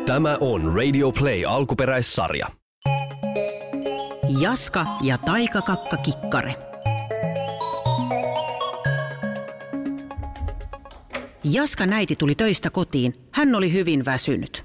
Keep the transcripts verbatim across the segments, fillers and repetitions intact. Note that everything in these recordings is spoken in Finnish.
Tämä on Radio Play alkuperäissarja. Jaska ja taikakakka Kikkare. Jaskan äiti tuli töistä kotiin. Hän oli hyvin väsynyt.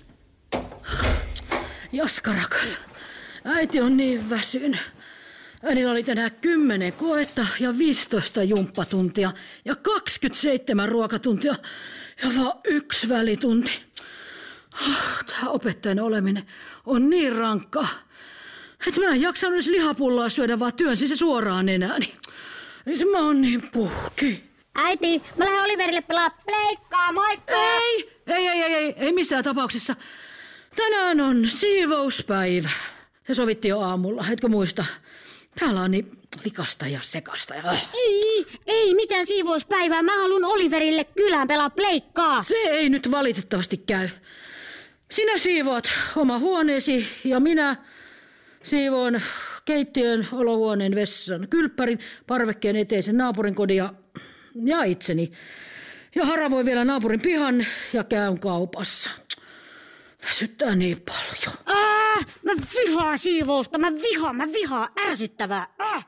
Jaska rakas, äiti on niin väsynyt. Äidillä oli tänään kymmenen koetta ja viisitoista jumppatuntia ja kaksikymmentäseitsemän ruokatuntia ja vaan yksi välitunti. Tämä opettajan oleminen on niin rankkaa, että mä en jaksanut edes lihapulloa syödä, vaan työnsin se suoraan nenääni. Se mä oon niin puhki. Äiti, mä lähden Oliverille pelaa pleikkaa, moikka! Ei, ei, ei, ei, ei, ei missään tapauksessa. Tänään on siivouspäivä. Se sovittiin jo aamulla, etkö muista? Täällä on niin likasta ja sekasta. Ja... Ei, ei mitään siivouspäivää. Mä haluan Oliverille kylään pelaa pleikkaa. Se ei nyt valitettavasti käy. Sinä siivoat oma huoneesi ja minä siivoon keittiön, olohuoneen, vessan, kylppärin, parvekkeen eteisen naapurin kodin ja, ja itseni. Ja haravoin vielä naapurin pihan ja käyn kaupassa. Väsyttää niin paljon. Ää, mä vihaan siivousta, mä vihaan, mä vihaan, ärsyttävää. Ää.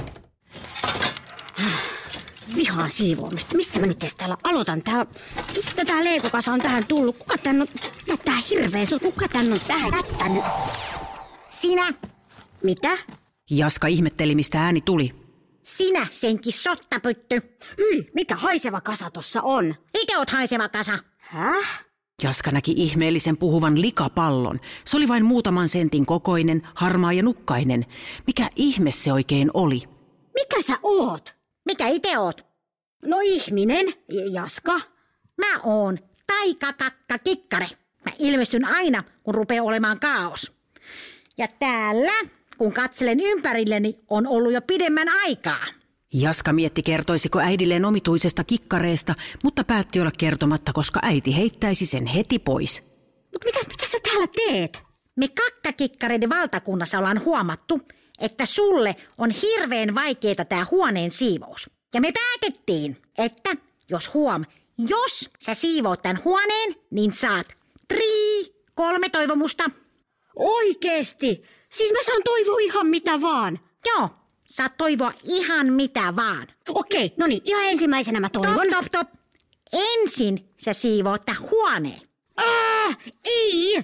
Vihaan siivoamista. Mistä mä nyt edes täällä aloitan? Tää, mistä tää leikokasa on tähän tullut? Kuka tän on, tää hirveä sun, kuka tän on tähän jättänyt? Sinä. Mitä? Jaska ihmetteli, mistä ääni tuli. Sinä, senkin sottapytty. Hyi, mikä haiseva kasa tossa on? Itse oot haiseva kasa. Häh? Jaska näki ihmeellisen puhuvan likapallon. Se oli vain muutaman sentin kokoinen, harmaa ja nukkainen. Mikä ihme se oikein oli? Mikä sä oot? Mikä ite oot? No ihminen, Jaska. Mä oon taikakakka Kikkare. Mä ilmestyn aina, kun rupeaa olemaan kaos. Ja täällä, kun katselen ympärilleni, on ollut jo pidemmän aikaa. Jaska mietti, kertoisiko äidilleen omituisesta kikkareesta, mutta päätti olla kertomatta, koska äiti heittäisi sen heti pois. Mutta mitä, mitä sä täällä teet? Me kakkakikkareiden valtakunnassa ollaan huomattu, että sulle on hirveän vaikeeta tää huoneen siivous. Ja me päätettiin, että jos huom, jos sä siivoot tän huoneen, niin saat trii, kolme toivomusta. Oikeesti? Siis mä saan toivoa ihan mitä vaan? Joo. Saat toivoa ihan mitä vaan. Okei, no niin, ihan ensimmäisenä mä toivon. Top, top, top. Ensin sä siivoot tää huoneen. Ah, ei!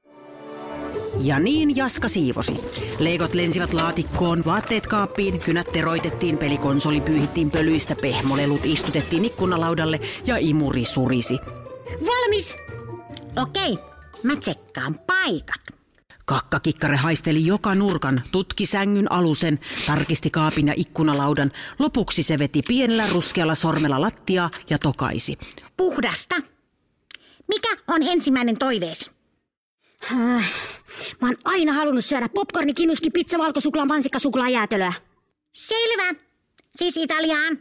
Ja niin Jaska siivosi. Leikot lensivät laatikkoon, vaatteet kaappiin, kynät teroitettiin, pelikonsoli pyyhittiin pölyistä, pehmolelut istutettiin ikkunalaudalle ja imuri surisi. Valmis! Okei, mä tsekkaan paikat. Kakkakikkare haisteli joka nurkan, tutki sängyn alusen, tarkisti kaapin ja ikkunalaudan. Lopuksi se veti pienellä ruskealla sormella lattiaa ja tokaisi. Puhdasta. Mikä on ensimmäinen toiveesi? Äh, mä oon aina halunnut syödä popcorni, kinuski, pizza, valkosuklaa, mansikkasuklaa, jäätelöä. Selvä. Siis Italiaan.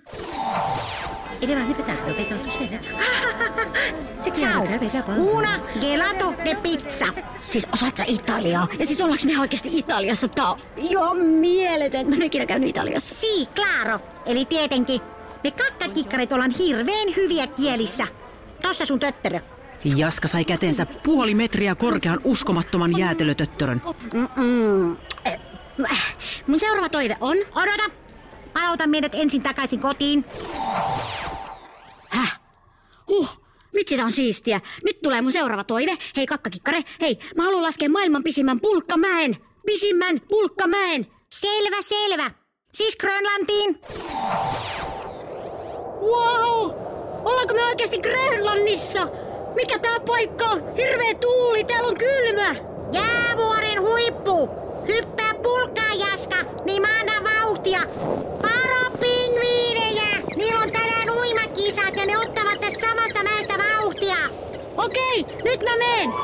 Ciao. Una gelato de pizza. Siis osaat sä Italiaa? Ja siis ollaanko me oikeasti Italiassa? Tää on ihan mieletön. Mä en ikinä käynyt Italiassa. Si, claro. Eli tietenkin. Me kakkakikkarit ollaan hirveän hyviä kielissä. Tossa sun töttörö. Jaska sai kätensä puoli metriä korkean uskomattoman jäätelötöttörön. Mm-mm. Mun seuraava toive on... Odota. Palauta meidät ensin takaisin kotiin. Häh? Huh, vitsi tää on siistiä. Nyt tulee mun seuraava toive. Hei kakkakikkare, hei, mä haluan laskea maailman pisimmän pulkkamäen. Pisimmän pulkkamäen. Selvä, selvä. Siis Grönlantiin. Wow! Ollaanko me oikeasti Grönlannissa? Mikä tää paikka on? Hirveä tuuli, täällä on kylmä. Jäävuoren huippu. Hyppää pulkkaan, Jaska, niin mä annan vauhtia. Varo pingviinejä! Niillä on tänään uimakisat ja ne ottavat tästä samasta mäestä vauhtia. Okei, nyt mä menen.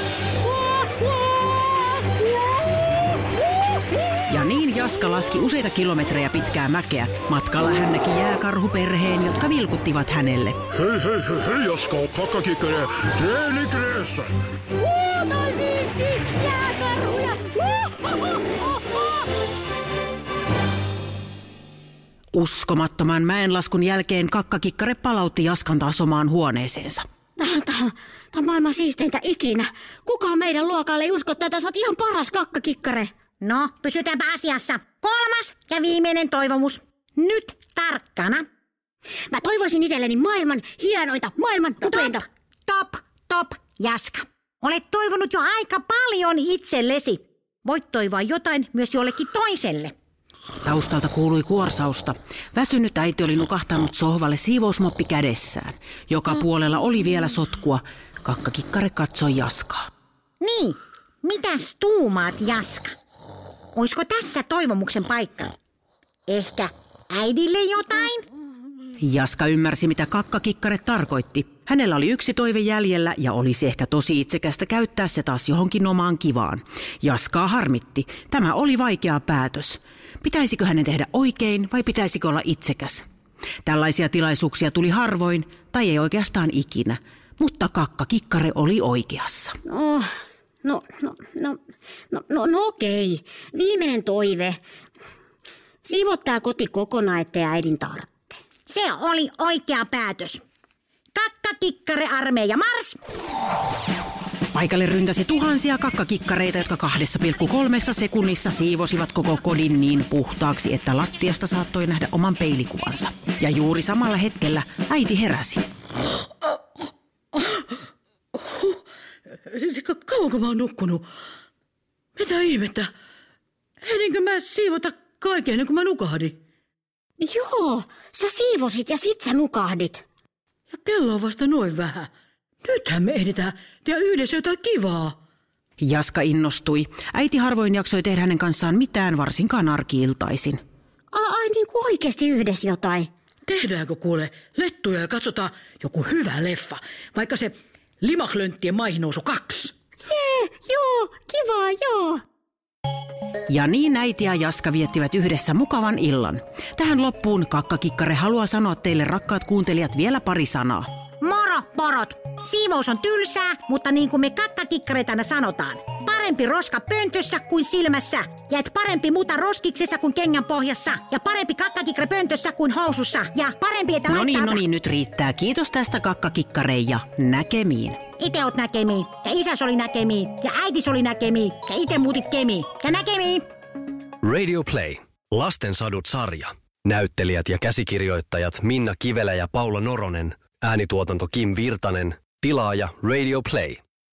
Ja niin Jaska laski useita kilometrejä pitkää mäkeä. Matkalla hän näki jääkarhuperheen, jotka vilkuttivat hänelle. Hei, hei, hei, hei, Jaska, kakkakikkare, treenikreessä. Uuu, toi siisti, jääkarhuja. Uskomattoman mäenlaskun jälkeen kakkakikkare palautti Jaskan taas omaan huoneeseensa. Tämä on, tämä on, tämä on maailman siisteintä ikinä. Kukaan meidän luokalle ei usko tätä, sä oot ihan paras kakkakikkare. No, pysytäänpä asiassa. Kolmas ja viimeinen toivomus. Nyt tarkkana. Mä toivoisin itselleni maailman hienointa, maailman upeinta. Top, top, top, Jaska. Olet toivonut jo aika paljon itsellesi. Voit toivoa jotain myös jollekin toiselle. Taustalta kuului kuorsausta. Väsynyt äiti oli nukahtanut sohvalle siivousmoppi kädessään. Joka puolella oli vielä sotkua. Kakkakikkare katsoi Jaskaa. Niin, mitäs tuumaat, Jaska? Oisko tässä toivomuksen paikka? Ehkä äidille jotain? Jaska ymmärsi, mitä kakkakikkare tarkoitti. Hänellä oli yksi toive jäljellä ja olisi ehkä tosi itsekästä käyttää se taas johonkin omaan kivaan. Jaskaa harmitti. Tämä oli vaikea päätös. Pitäisikö hänen tehdä oikein vai pitäisikö olla itsekäs? Tällaisia tilaisuuksia tuli harvoin tai ei oikeastaan ikinä, mutta kakkakikkare oli oikeassa. No, no, no, no, no, no, no okei. Viimeinen toive. Siivot tää koti kokonaan, ettei äidin tarvitse. Se oli oikea päätös. Kakkakikkare armeija mars! Paikalle ryntäsi tuhansia kakkakikkareita, jotka kahdessa pilkku kolmessa sekunnissa siivosivat koko kodin niin puhtaaksi, että lattiasta saattoi nähdä oman peilikuvansa. Ja juuri samalla hetkellä äiti heräsi. Siis kauanko mä oon nukkunut? Mitä ihmettä? Ehdinkö mä siivota kaiken ennen kuin mä nukahdin? Joo, sä siivosit ja sit sä nukahdit. Ja kello on vasta noin vähän. Nythän me ehditään tehdä yhdessä jotain kivaa. Jaska innostui. Äiti harvoin jaksoi tehdä hänen kanssaan mitään, varsinkaan arki-iltaisin. Ai niin kuin oikeesti yhdessä jotain. Tehdäänkö kuule lettuja ja katsotaan joku hyvä leffa, vaikka se Limahlönttien maihin nousu kaksi. Jee, joo, kivaa, joo. Ja niin äiti ja Jaska viettivät yhdessä mukavan illan. Tähän loppuun kakkakikkare haluaa sanoa teille, rakkaat kuuntelijat, vielä pari sanaa. Moro, porot! Siivous on tylsää, mutta niin kuin me kakkakikkareita aina sanotaan. Parempi roska pöntössä kuin silmässä. Ja et parempi muta roskiksessa kuin kengän pohjassa. Ja parempi kakkakikkare pöntössä kuin housussa. Ja parempi, että No niin, laittaa... no niin, nyt riittää. Kiitos tästä kakkakikkare ja näkemiin. Ite oot näkemiin. Ja isäs oli näkemiin. Ja äitis oli näkemiin. Ja ite muutit kemiin. Ja näkemiin. Radio Play. Lasten sadut sarja. Näyttelijät ja käsikirjoittajat Minna Kivelä ja Paula Noronen. Äänituotanto Kim Virtanen. Tilaaja Radio Play.